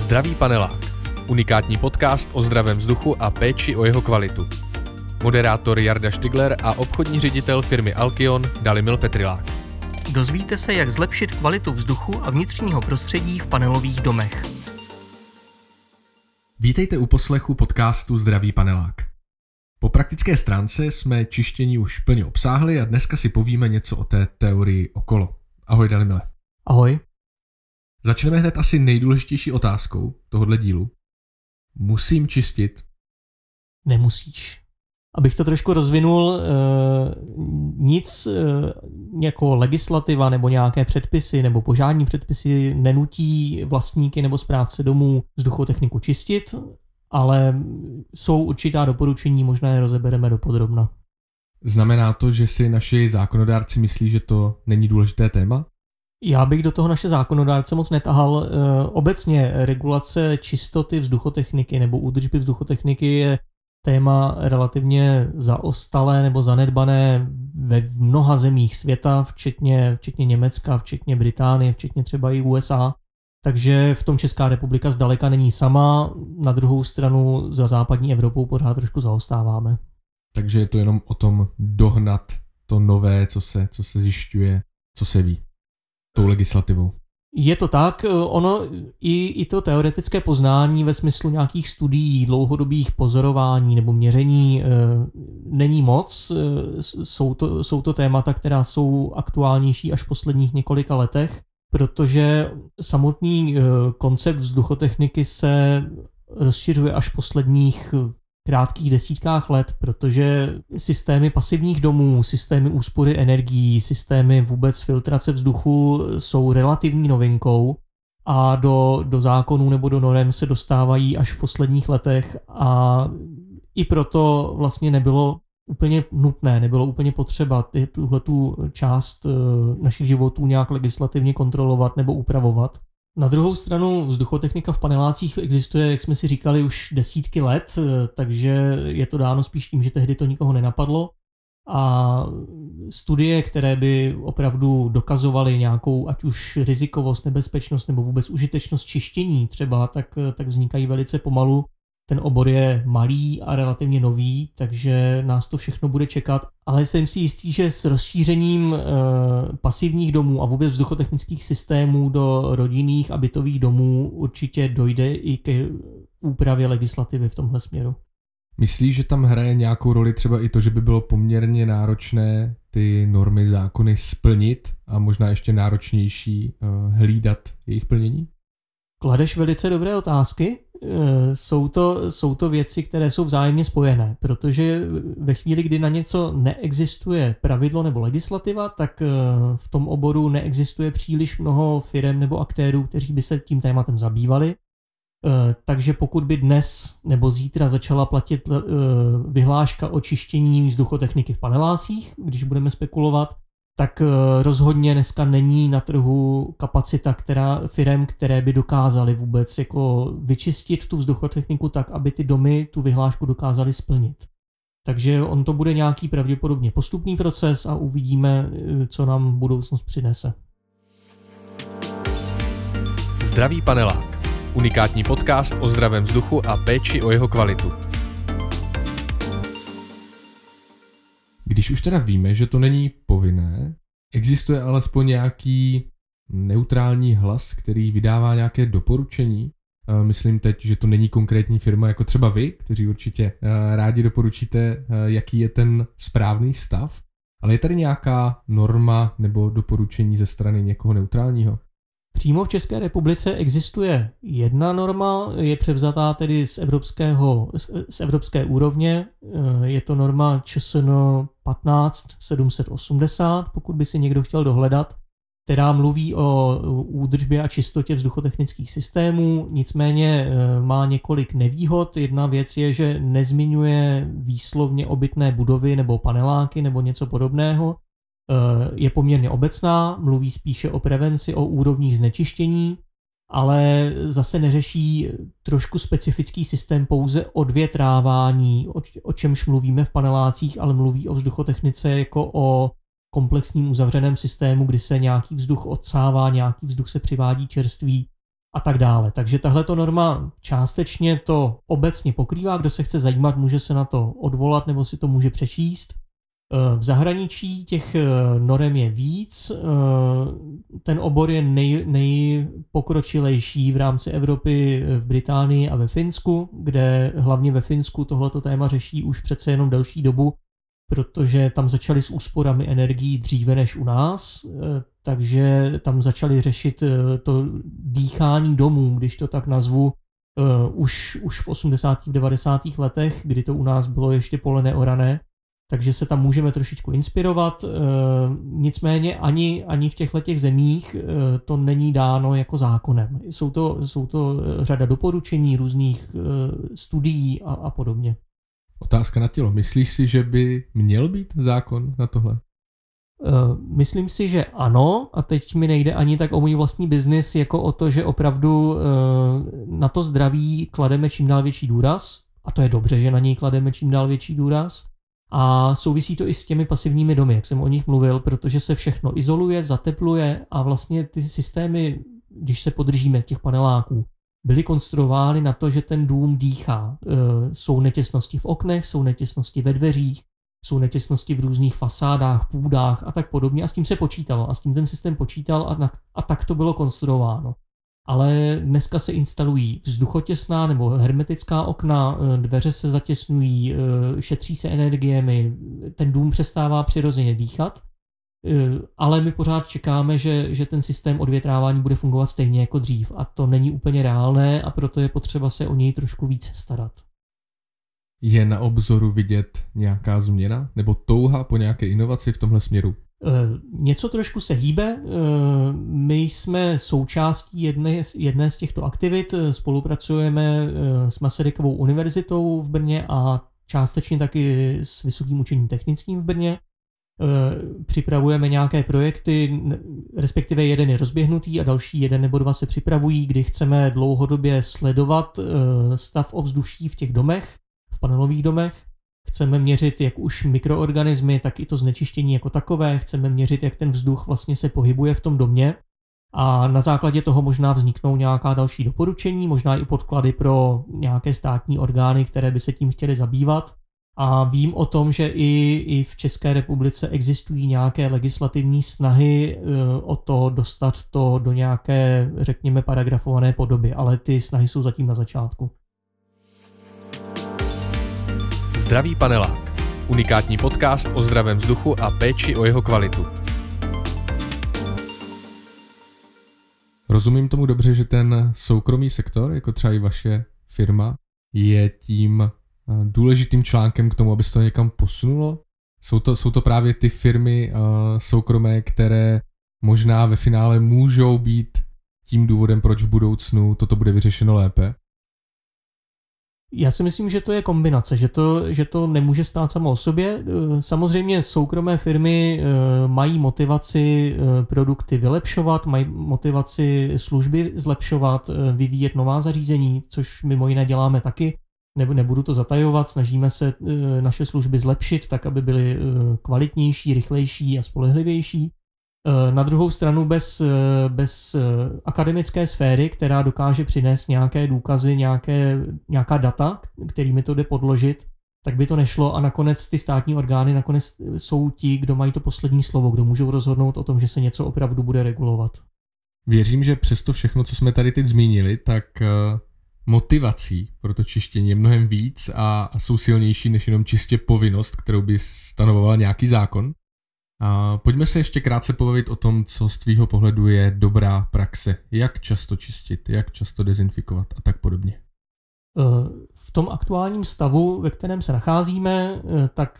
Zdravý panelák. Unikátní podcast o zdravém vzduchu a péči o jeho kvalitu. Moderátor Jarda Štigler a obchodní ředitel firmy Alkion Dalibor Petrilák. Dozvíte se, jak zlepšit kvalitu vzduchu a vnitřního prostředí v panelových domech. Vítejte u poslechu podcastu Zdravý panelák. Po praktické stránce jsme čištění už plně obsáhli a dneska si povíme něco o té teorii okolo. Ahoj Dalimile. Ahoj. Začneme hned asi nejdůležitější otázkou tohohle dílu. Musím čistit? Nemusíš. Abych to trošku rozvinul, nic jako legislativa nebo nějaké předpisy nebo požární předpisy nenutí vlastníky nebo správce domů vzduchotechniku čistit, ale jsou určitá doporučení, možná je rozebereme dopodrobna. Znamená to, že si naši zákonodárci myslí, že to není důležité téma? Já bych do toho naše zákonodárce moc netahal. Obecně regulace čistoty vzduchotechniky nebo údržby vzduchotechniky je téma relativně zaostalé nebo zanedbané ve mnoha zemích světa, včetně Německa, včetně Británie, včetně třeba i USA. Takže v tom Česká republika zdaleka není sama, na druhou stranu za západní Evropou pořád trošku zaostáváme. Takže je to jenom o tom dohnat to nové, co se zjišťuje, co se ví tou legislativou. Je to tak, ono i to teoretické poznání ve smyslu nějakých studií, dlouhodobých pozorování nebo měření není moc. Jsou to témata, která jsou aktuálnější až v posledních několika letech, protože samotný koncept vzduchotechniky se rozšiřuje až v posledních krátkých desítkách let, protože systémy pasivních domů, systémy úspory energií, systémy vůbec filtrace vzduchu jsou relativní novinkou a do zákonů nebo do norem se dostávají až v posledních letech a i proto vlastně nebylo úplně nutné, nebylo úplně potřeba tuhletu část našich životů nějak legislativně kontrolovat nebo upravovat. Na druhou stranu vzduchotechnika v panelácích existuje, jak jsme si říkali, už desítky let, takže je to dáno spíš tím, že tehdy to nikoho nenapadlo. A studie, které by opravdu dokazovaly nějakou ať už rizikovost, nebezpečnost nebo vůbec užitečnost čištění třeba, tak vznikají velice pomalu. Ten obor je malý a relativně nový, takže nás to všechno bude čekat. Ale jsem si jistý, že s rozšířením pasivních domů a vůbec vzduchotechnických systémů do rodinných a bytových domů určitě dojde i ke úpravě legislativy v tomhle směru. Myslíš, že tam hraje nějakou roli třeba i to, že by bylo poměrně náročné ty normy, zákony splnit a možná ještě náročnější hlídat jejich plnění? Kladeš velice dobré otázky. Jsou to věci, které jsou vzájemně spojené, protože ve chvíli, kdy na něco neexistuje pravidlo nebo legislativa, tak v tom oboru neexistuje příliš mnoho firem nebo aktérů, kteří by se tím tématem zabývali. Takže pokud by dnes nebo zítra začala platit vyhláška o čištění vzduchotechniky v panelácích, když budeme spekulovat, tak rozhodně dneska není na trhu kapacita firem, které by dokázaly vůbec jako vyčistit tu vzduchotechniku tak, aby ty domy tu vyhlášku dokázaly splnit. Takže on to bude nějaký pravděpodobně postupný proces a uvidíme, co nám budoucnost přinese. Zdravý panelák. Unikátní podcast o zdravém vzduchu a péči o jeho kvalitu. Když už teda víme, že to není povinné, existuje alespoň nějaký neutrální hlas, který vydává nějaké doporučení. Myslím teď, že to není konkrétní firma jako třeba vy, kteří určitě rádi doporučíte, jaký je ten správný stav, ale je tady nějaká norma nebo doporučení ze strany někoho neutrálního? Přímo v České republice existuje jedna norma, je převzatá tedy z evropské úrovně, je to norma ČSN 15780, pokud by si někdo chtěl dohledat, která mluví o údržbě a čistotě vzduchotechnických systémů, nicméně má několik nevýhod. Jedna věc je, že nezmiňuje výslovně obytné budovy nebo paneláky nebo něco podobného. Je poměrně obecná, mluví spíše o prevenci, o úrovních znečištění, ale zase neřeší trošku specifický systém pouze odvětrávání, o čemž mluvíme v panelácích, ale mluví o vzduchotechnice jako o komplexním uzavřeném systému, kdy se nějaký vzduch odsává, nějaký vzduch se přivádí čerstvý a tak dále. Takže tahleto norma částečně to obecně pokrývá, kdo se chce zajímat, může se na to odvolat nebo si to může přečíst. V zahraničí těch norem je víc, ten obor je nejpokročilejší v rámci Evropy v Británii a ve Finsku, kde hlavně ve Finsku tohleto téma řeší už přece jenom delší dobu, protože tam začali s úsporami energií dříve než u nás, takže tam začali řešit to dýchání domů, když to tak nazvu, už v 80. 90. letech, kdy to u nás bylo ještě pole neorané, takže se tam můžeme trošičku inspirovat, nicméně ani v těchto zemích to není dáno jako zákonem. Jsou to řada doporučení, různých studií a podobně. Otázka na tělo. Myslíš si, že by měl být zákon na tohle? Myslím si, že ano, a teď mi nejde ani tak o můj vlastní biznis, jako o to, že opravdu na to zdraví klademe čím dál větší důraz, a to je dobře, že na něj klademe čím dál větší důraz, a souvisí to i s těmi pasivními domy, jak jsem o nich mluvil, protože se všechno izoluje, zatepluje a vlastně ty systémy, když se podržíme těch paneláků, byly konstruovány na to, že ten dům dýchá. Jsou netěsnosti v oknech, jsou netěsnosti ve dveřích, jsou netěsnosti v různých fasádách, půdách a tak podobně. A s tím se počítalo. A s tím ten systém počítal a tak to bylo konstruováno. Ale dneska se instalují vzduchotěsná nebo hermetická okna, dveře se zatěsňují, šetří se energiemi, ten dům přestává přirozeně dýchat, ale my pořád čekáme, že ten systém odvětrávání bude fungovat stejně jako dřív a to není úplně reálné a proto je potřeba se o něj trošku víc starat. Je na obzoru vidět nějaká změna nebo touha po nějaké inovaci v tomhle směru? Něco trošku se hýbe. My jsme součástí jedné z těchto aktivit, spolupracujeme s Masarykovou univerzitou v Brně a částečně taky s Vysokým učením technickým v Brně. Připravujeme nějaké projekty, respektive jeden je rozběhnutý a další jeden nebo dva se připravují, kdy chceme dlouhodobě sledovat stav ovzduší v těch domech, v panelových domech. Chceme měřit jak už mikroorganismy, tak i to znečištění jako takové. Chceme měřit, jak ten vzduch vlastně se pohybuje v tom domě. A na základě toho možná vzniknou nějaká další doporučení, možná i podklady pro nějaké státní orgány, které by se tím chtěly zabývat. A vím o tom, že i v České republice existují nějaké legislativní snahy o to dostat to do nějaké, řekněme, paragrafované podoby, ale ty snahy jsou zatím na začátku. Zdravý panelák. Unikátní podcast o zdravém vzduchu a péči o jeho kvalitu. Rozumím tomu dobře, že ten soukromý sektor, jako třeba i vaše firma, je tím důležitým článkem k tomu, aby se to někam posunulo? Jsou to právě ty firmy soukromé, které možná ve finále můžou být tím důvodem, proč v budoucnu toto bude vyřešeno lépe? Já si myslím, že to je kombinace, že to nemůže stát samo o sobě. Samozřejmě soukromé firmy mají motivaci produkty vylepšovat, mají motivaci služby zlepšovat, vyvíjet nová zařízení, což mimo jiné děláme taky. Nebudu to zatajovat, snažíme se naše služby zlepšit tak, aby byly kvalitnější, rychlejší a spolehlivější. Na druhou stranu bez akademické sféry, která dokáže přinést nějaké důkazy, nějaká data, kterými to jde podložit, tak by to nešlo a nakonec ty státní orgány nakonec jsou ti, kdo mají to poslední slovo, kdo můžou rozhodnout o tom, že se něco opravdu bude regulovat. Věřím, že přesto všechno, co jsme tady teď zmínili, tak motivací pro to čištění je mnohem víc a jsou silnější než jenom čistě povinnost, kterou by stanovoval nějaký zákon. A pojďme se ještě krátce pobavit o tom, co z tvýho pohledu je dobrá praxe. Jak často čistit, jak často dezinfikovat a tak podobně. V tom aktuálním stavu, ve kterém se nacházíme, tak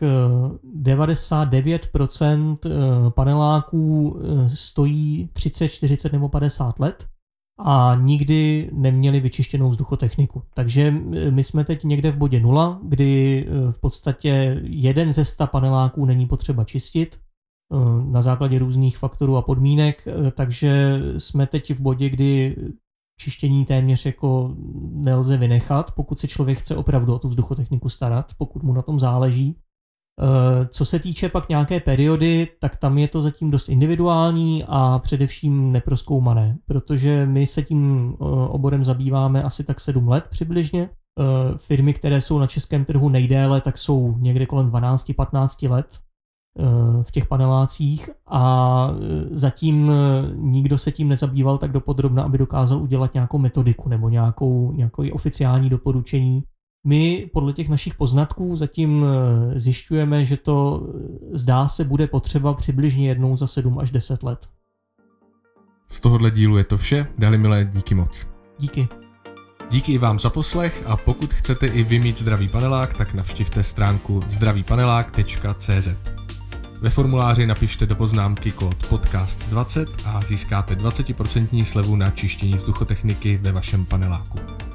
99% paneláků stojí 30, 40 nebo 50 let a nikdy neměli vyčištěnou vzduchotechniku. Takže my jsme teď někde v bodě 0, kdy v podstatě jeden ze 100 paneláků není potřeba čistit na základě různých faktorů a podmínek, takže jsme teď v bodě, kdy čištění téměř jako nelze vynechat, pokud se člověk chce opravdu o tu vzduchotechniku starat, pokud mu na tom záleží. Co se týče pak nějaké periody, tak tam je to zatím dost individuální a především neprozkoumané, protože my se tím oborem zabýváme asi tak 7 let přibližně. Firmy, které jsou na českém trhu nejdéle, tak jsou někde kolem 12-15 let v těch panelácích a zatím nikdo se tím nezabýval tak dopodrobna, aby dokázal udělat nějakou metodiku nebo nějaké oficiální doporučení. My podle těch našich poznatků zatím zjišťujeme, že to zdá se bude potřeba přibližně jednou za 7 až 10 let. Z tohohle dílu je to vše. Dalimile, díky moc. Díky. Díky i vám za poslech a pokud chcete i vy mít zdravý panelák, tak navštivte stránku zdravípanelák.cz. Ve formuláři napište do poznámky kód podcast20 a získáte 20% slevu na čištění vzduchotechniky ve vašem paneláku.